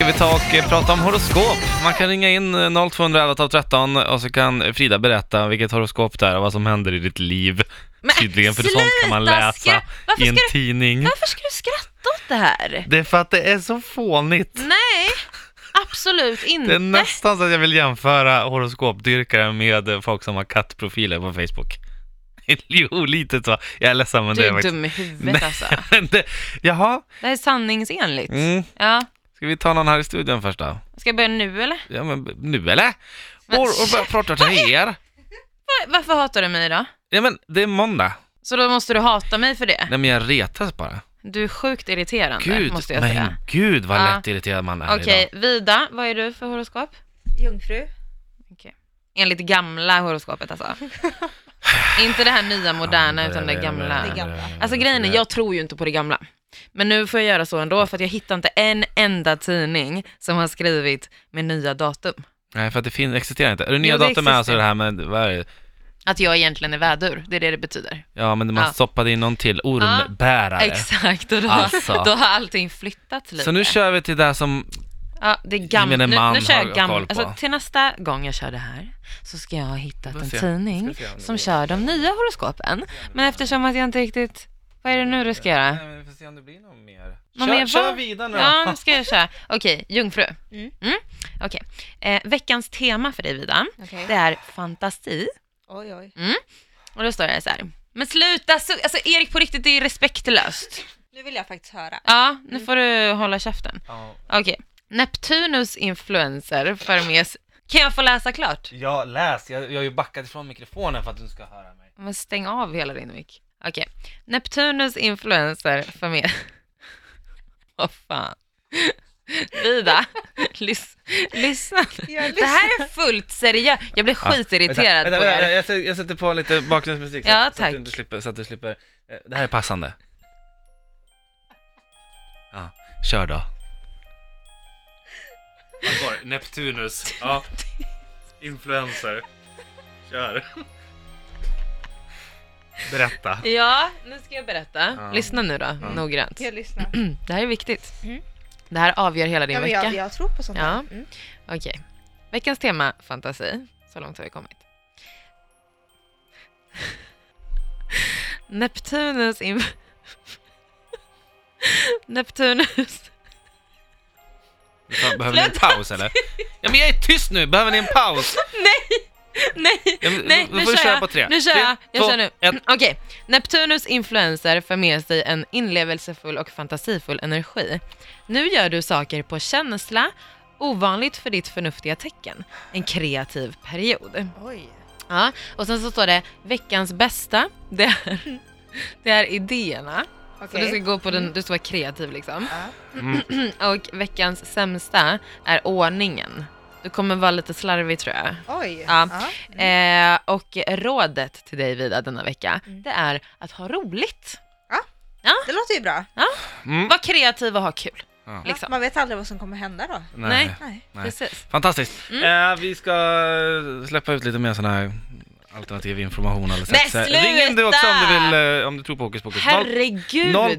vi ta och prata om horoskop. Man kan ringa in 0211 12 13 och så kan Frida berätta vilket horoskop det är och vad som händer i ditt liv. Men tydligen, för sånt kan man läsa i en tidning. Varför ska du skratta åt det här? Det är för att det är så fånigt. Nej, absolut inte. Det är nästan så att jag vill jämföra horoskopdyrkare med folk som har kattprofiler på Facebook. Jo, lite så. Jag är ledsen, men Du det är är dum i huvudet alltså. Jaha. Det här är sanningsenligt. Ja. Ska vi ta någon här i studion först då? Ska jag börja nu eller? Ja, men nu eller? Men, och börja prata till er. Varför hatar du mig då? Ja, men det är måndag. Så då måste du hata mig för det? Nej, men jag retas bara. Du är sjukt irriterande, måste jag säga. Gud vad lätt irriterad man är Okej, Vida, vad är du för horoskop? Jungfru. Okej. Enligt gamla horoskopet alltså. Inte det här nya moderna utan det gamla. Alltså grejen är, jag tror ju inte på det gamla. Men nu får jag göra så ändå för att jag hittar inte en enda tidning som har skrivit med nya datum. Nej, för att det existerar inte. Är det nya datum är alltså det här med, vad är det? Att jag egentligen är vädur, det är det betyder. Ja, men man stoppade in någon till, ormbärare. Exakt, och då har allting flyttat lite. Så nu kör vi till det som det är gamla. Nu kör jag gamla. Alltså, till nästa gång jag kör det här så ska jag ha hittat en tidning som kör de nya horoskopen. Men eftersom att jag inte riktigt... Vad är det nu du ska göra? Vi får se om det blir något mer. Kör vidare nu. Ja, nu ska jag köra. Okej, jungfru. Okej. Veckans tema för dig, Vida, det är fantasi. Oj. Och då står det så här. Men sluta, alltså Erik, på riktigt, det är respektlöst. Nu vill jag faktiskt höra. Ja, nu får du hålla käften. Okej. Neptunus influencer för med... Kan jag få läsa klart? Ja, läs. Jag har ju backat ifrån mikrofonen för att du ska höra mig. Men stäng av hela din mick. Okej. Neptunus influencer för med... Vad fan? Vida, lyssna. Det här är fullt seriöst. Jag blir skitirriterad på er. Jag sätter på lite bakgrundsmusik så att du slipper. Det här är passande. Ja, kör då. Neptunus. Ja. Influencer. Kör. Berätta. Ja, nu ska jag berätta. Lyssna nu då, noggrant. Jag lyssnar. Det här är viktigt. Det här avgör hela din vecka. Jag tror på sånt här. Okej. Veckans tema, fantasi. Så långt har vi kommit. Neptunus. Behöver ni en paus eller? Ja, men jag är tyst nu. Behöver ni en paus? Nej, nu kör jag på 3. Nu kör jag. Jag kör nu. Okej. Neptunus influencer för med sig en inlevelsefull och fantasifull energi. Nu gör du saker på känsla, ovanligt för ditt förnuftiga tecken. En kreativ period. Oj. Ja, och sen så står det veckans bästa. Det är idéerna. Så du ska gå på den, du ska vara kreativ liksom. Och veckans sämsta är ordningen. Du kommer vara lite slarvig, tror jag. Oj. Ja. Och rådet till dig, Vida, denna vecka, det är att ha roligt. Ja, det låter ju bra. Ja. Var kreativ och ha kul. Liksom. Man vet aldrig vad som kommer hända då. Nej. Precis. Fantastiskt. Vi ska släppa ut lite mer sån här alternativ information. Men sluta! Ring in du också om du tror på Hokus Pokus. Herregud!